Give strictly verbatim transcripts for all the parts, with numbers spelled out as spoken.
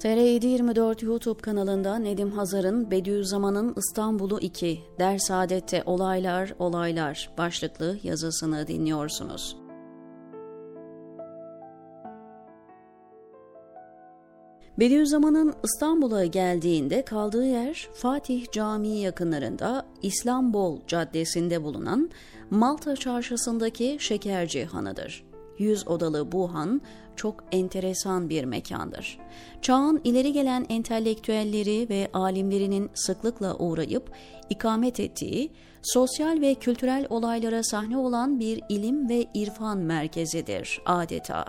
T R yedi yirmi dört YouTube kanalında Nedim Hazar'ın Bediüzzaman'ın İstanbul'u iki, Der-Saadet'te olaylar olaylar başlıklı yazısını dinliyorsunuz. Bediüzzaman'ın İstanbul'a geldiğinde kaldığı yer Fatih Camii yakınlarında İslambol Caddesi'nde bulunan Malta Çarşısı'ndaki Şekerci Hanı'dır. Yüz odalı bu han çok enteresan bir mekandır. Çağın ileri gelen entelektüelleri ve alimlerinin sıklıkla uğrayıp ikamet ettiği, sosyal ve kültürel olaylara sahne olan bir ilim ve irfan merkezidir adeta.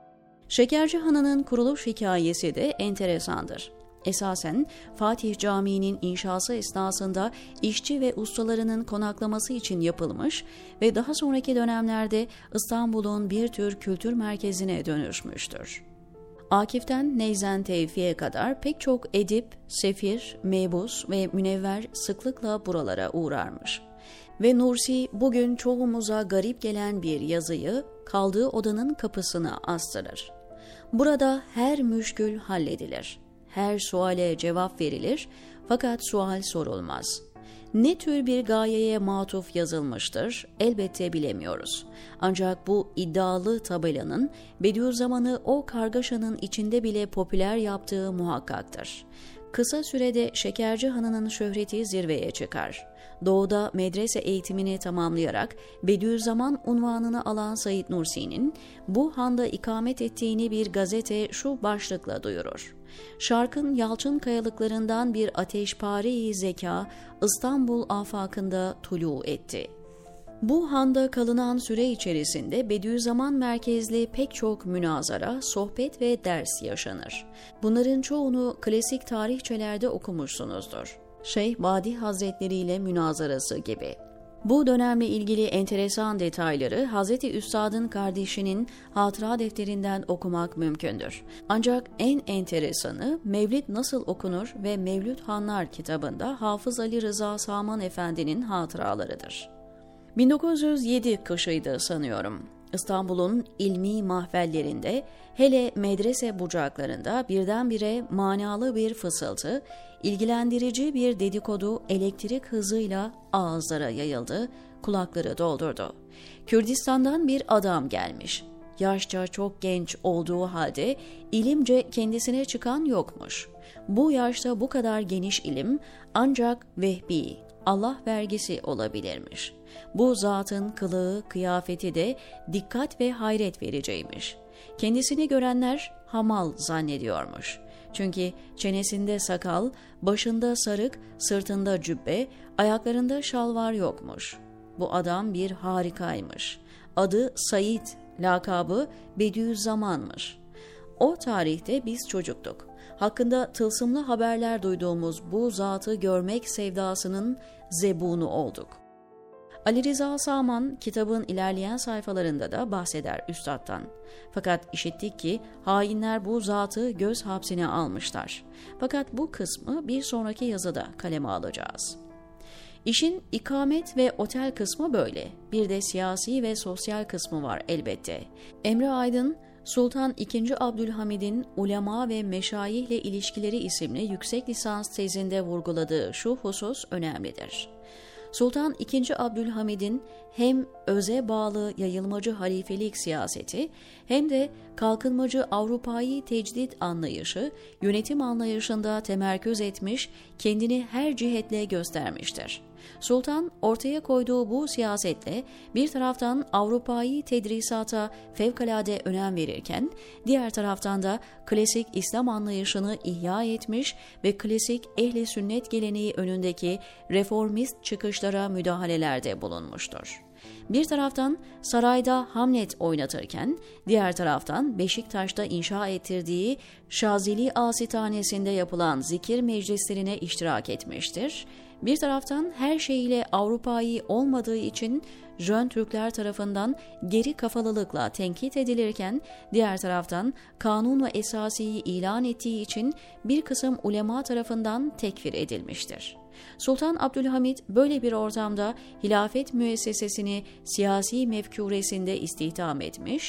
Şekerci Hanı'nın kuruluş hikayesi de enteresandır. Esasen Fatih Camii'nin inşası esnasında işçi ve ustalarının konaklaması için yapılmış ve daha sonraki dönemlerde İstanbul'un bir tür kültür merkezine dönüşmüştür. Akif'ten Neyzen Tevfik'e kadar pek çok edip, sefir, mebus ve münevver sıklıkla buralara uğrarmış. Ve Nursi bugün çoğumuza garip gelen bir yazıyı kaldığı odanın kapısına astırır. Burada her müşkül halledilir. Her suale cevap verilir fakat sual sorulmaz. Ne tür bir gayeye matuf yazılmıştır elbette bilemiyoruz. Ancak bu iddialı tabelanın Bediüzzaman'ı o kargaşanın içinde bile popüler yaptığı muhakkaktır. Kısa sürede Şekerci Hanı'nın şöhreti zirveye çıkar. Doğuda medrese eğitimini tamamlayarak Bediüzzaman unvanını alan Said Nursi'nin bu handa ikamet ettiğini bir gazete şu başlıkla duyurur. Şarkın yalçın kayalıklarından bir ateşpare-i zeka İstanbul afakında tulu etti. Bu handa kalınan süre içerisinde Bediüzzaman merkezli pek çok münazara, sohbet ve ders yaşanır. Bunların çoğunu klasik tarihçelerde okumuşsunuzdur. Şeyh Badi Hazretleri ile münazarası gibi. Bu dönemle ilgili enteresan detayları Hazreti Üstad'ın kardeşinin hatıra defterinden okumak mümkündür. Ancak en enteresanı Mevlid Nasıl Okunur ve Mevlüt Hanlar kitabında Hafız Ali Rıza Saman Efendi'nin hatıralarıdır. bin dokuz yüz yedi kışıydı sanıyorum. İstanbul'un ilmi mahfellerinde, hele medrese bucaklarında birdenbire manalı bir fısıltı, ilgilendirici bir dedikodu elektrik hızıyla ağızlara yayıldı, kulakları doldurdu. Kürdistan'dan bir adam gelmiş. Yaşça çok genç olduğu halde ilimce kendisine çıkan yokmuş. Bu yaşta bu kadar geniş ilim ancak vehbi, Allah vergisi olabilirmiş. Bu zatın kılığı, kıyafeti de dikkat ve hayret vericiymiş. Kendisini görenler hamal zannediyormuş. Çünkü çenesinde sakal, başında sarık, sırtında cübbe, ayaklarında şalvar yokmuş. Bu adam bir harikaymış. Adı Said, lakabı Bediüzzaman'mış. O tarihte biz çocuktuk. Hakkında tılsımlı haberler duyduğumuz bu zatı görmek sevdasının zebunu olduk. Ali Rıza Saman kitabın ilerleyen sayfalarında da bahseder üstattan. Fakat işittik ki hainler bu zatı göz hapsine almışlar. Fakat bu kısmı bir sonraki yazıda kaleme alacağız. İşin ikamet ve otel kısmı böyle. Bir de siyasi ve sosyal kısmı var elbette. Emre Aydın, Sultan ikinci. Abdülhamid'in ulema ve meşayihle ilişkileri isimli yüksek lisans tezinde vurguladığı şu husus önemlidir. Sultan ikinci. Abdülhamid'in hem öze bağlı yayılmacı halifelik siyaseti hem de kalkınmacı Avrupa'yı tecdit anlayışı yönetim anlayışında temerküz etmiş, kendini her cihetle göstermiştir. Sultan ortaya koyduğu bu siyasetle bir taraftan Avrupa'yı tedrisata fevkalade önem verirken diğer taraftan da klasik İslam anlayışını ihya etmiş ve klasik ehli sünnet geleneği önündeki reformist çıkışlara müdahalelerde bulunmuştur. Bir taraftan sarayda Hamlet oynatırken, diğer taraftan Beşiktaş'ta inşa ettirdiği Şazili Asitanesinde yapılan zikir meclislerine iştirak etmiştir. Bir taraftan her şeyiyle Avrupa'yı olmadığı için Jön Türkler tarafından geri kafalılıkla tenkit edilirken, diğer taraftan kanun ve esasiyi ilan ettiği için bir kısım ulema tarafından tekfir edilmiştir. Sultan Abdülhamid böyle bir ortamda hilafet müessesesini siyasi mefkuresinde istihdam etmiş,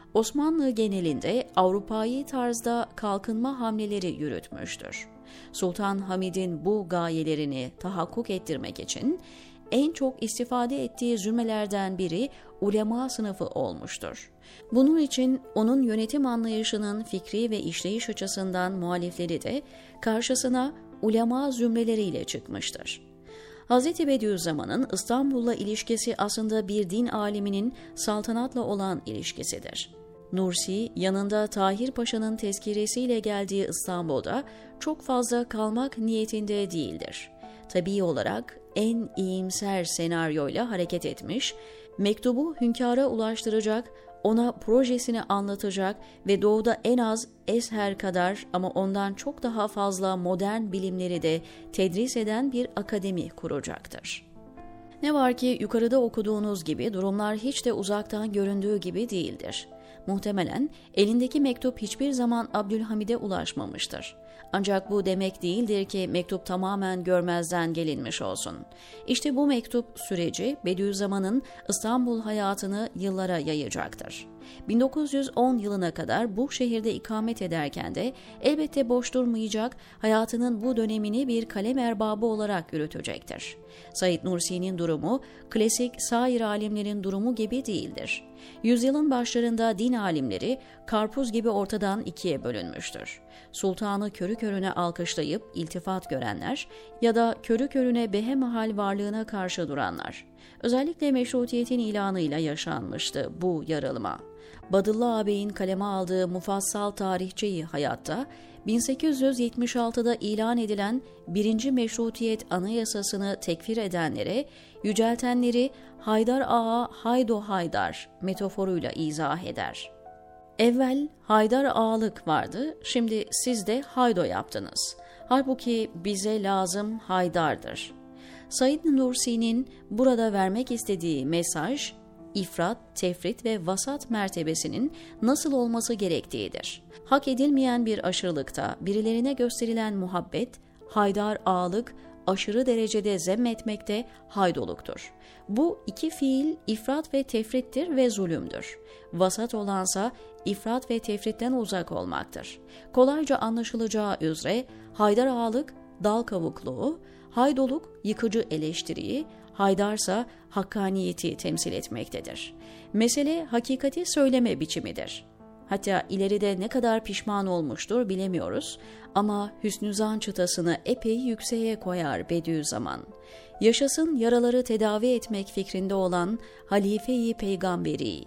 Osmanlı genelinde Avrupâi tarzda kalkınma hamleleri yürütmüştür. Sultan Hamid'in bu gayelerini tahakkuk ettirmek için en çok istifade ettiği zümrelerden biri ulema sınıfı olmuştur. Bunun için onun yönetim anlayışının fikri ve işleyiş açısından muhalifleri de karşısına ulema zümreleriyle çıkmıştır. Hz. Bediüzzaman'ın İstanbul'la ilişkisi aslında bir din aliminin saltanatla olan ilişkisidir. Nursi, yanında Tahir Paşa'nın tezkiresiyle geldiği İstanbul'da çok fazla kalmak niyetinde değildir. Tabii olarak en iyimser senaryoyla hareket etmiş, mektubu hünkâra ulaştıracak, ona projesini anlatacak ve doğuda en az Ezher kadar ama ondan çok daha fazla modern bilimleri de tedris eden bir akademi kuracaktır. Ne var ki yukarıda okuduğunuz gibi durumlar hiç de uzaktan göründüğü gibi değildir. Muhtemelen elindeki mektup hiçbir zaman Abdülhamid'e ulaşmamıştır. Ancak bu demek değildir ki mektup tamamen görmezden gelinmiş olsun. İşte bu mektup süreci Bediüzzaman'ın İstanbul hayatını yıllara yayacaktır. bin dokuz yüz on yılına kadar bu şehirde ikamet ederken de elbette boş durmayacak, hayatının bu dönemini bir kalem erbabı olarak yürütecektir. Said Nursi'nin durumu, klasik sair alimlerin durumu gibi değildir. Yüzyılın başlarında din alimleri karpuz gibi ortadan ikiye bölünmüştür. Sultanı körü körüne alkışlayıp iltifat görenler ya da körü körüne behemahal varlığına karşı duranlar. Özellikle meşrutiyetin ilanıyla yaşanmıştı bu yarılma. Badıllı ağabeyin kaleme aldığı Mufassal Tarihçe-i Hayat'ta bin sekiz yüz yetmiş altıda ilan edilen birinci Meşrutiyet Anayasasını tekfir edenlere, yüceltenleri Haydar Ağa Haydo Haydar metaforuyla izah eder. Evvel Haydar Ağalık vardı, şimdi siz de Haydo yaptınız. Halbuki bize lazım Haydar'dır. Said Nursi'nin burada vermek istediği mesaj, ifrat, tefrit ve vasat mertebesinin nasıl olması gerektiğidir. Hak edilmeyen bir aşırılıkta birilerine gösterilen muhabbet, haydar ağalık, aşırı derecede zemmetmekte haydoluktur. Bu iki fiil ifrat ve tefrittir ve zulümdür. Vasat olansa ifrat ve tefritten uzak olmaktır. Kolayca anlaşılacağı üzere haydar ağalık dal kavukluğu, haydoluk yıkıcı eleştiriyi, haydarsa hakkaniyeti temsil etmektedir. Mesele hakikati söyleme biçimidir. Hatta ileride ne kadar pişman olmuştur bilemiyoruz ama hüsnüzan çıtasını epey yükseğe koyar Bediüzzaman. Yaşasın yaraları tedavi etmek fikrinde olan Halife-i Peygamberi.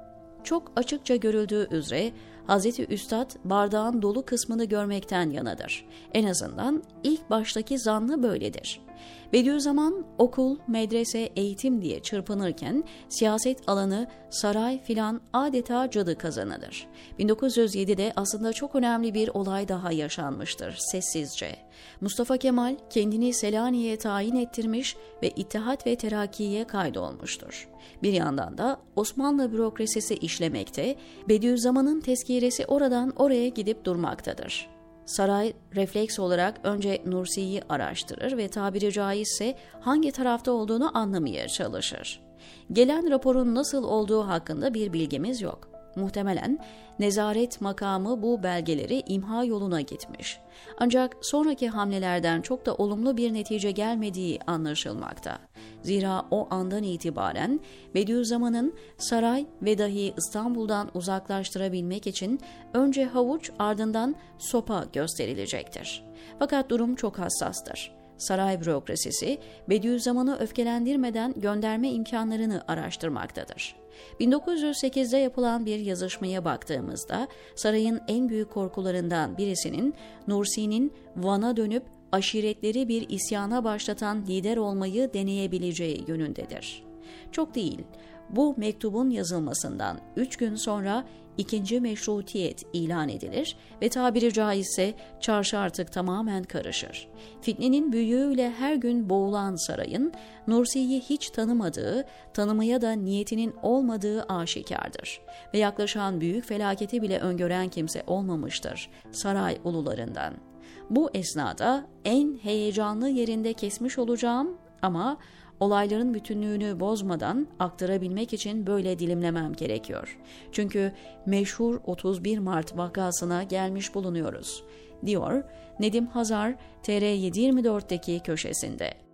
Çok açıkça görüldüğü üzere Hazreti Üstad bardağın dolu kısmını görmekten yanadır. En azından ilk baştaki zannı böyledir. Bediüzzaman okul, medrese, eğitim diye çırpınırken siyaset alanı, saray filan adeta cadı kazanıdır. bin dokuz yüz yedide aslında çok önemli bir olay daha yaşanmıştır sessizce. Mustafa Kemal kendini Selanik'e tayin ettirmiş ve İttihat ve Terakki'ye kaydolmuştur. Bir yandan da Osmanlı bürokrasisi işlemekte, Bediüzzaman'ın tezkiresi oradan oraya gidip durmaktadır. Saray refleks olarak önce Nursi'yi araştırır ve tabiri caizse hangi tarafta olduğunu anlamaya çalışır. Gelen raporun nasıl olduğu hakkında bir bilgimiz yok. Muhtemelen nezaret makamı bu belgeleri imha yoluna gitmiş. Ancak sonraki hamlelerden çok da olumlu bir netice gelmediği anlaşılmakta. Zira o andan itibaren Bediüzzaman'ın saray ve dahi İstanbul'dan uzaklaştırabilmek için önce havuç ardından sopa gösterilecektir. Fakat durum çok hassastır. Saray bürokrasisi Bediüzzaman'ı öfkelendirmeden gönderme imkanlarını araştırmaktadır. bin dokuz yüz sekizde yapılan bir yazışmaya baktığımızda sarayın en büyük korkularından birisinin Nursi'nin Van'a dönüp aşiretleri bir isyana başlatan lider olmayı deneyebileceği yönündedir. Çok değil, bu mektubun yazılmasından üç gün sonra ikinci meşrutiyet ilan edilir ve tabiri caizse çarşı artık tamamen karışır. Fitnenin büyüğüyle her gün boğulan sarayın, Nursi'yi hiç tanımadığı, tanımaya da niyetinin olmadığı aşikardır. Ve yaklaşan büyük felaketi bile öngören kimse olmamıştır saray ulularından. Bu esnada en heyecanlı yerinde kesmiş olacağım ama Olayların bütünlüğünü bozmadan aktarabilmek için böyle dilimlemem gerekiyor. Çünkü meşhur otuz bir Mart vakasına gelmiş bulunuyoruz, diyor Nedim Hazar T R yedi yirmi dört'teki köşesinde.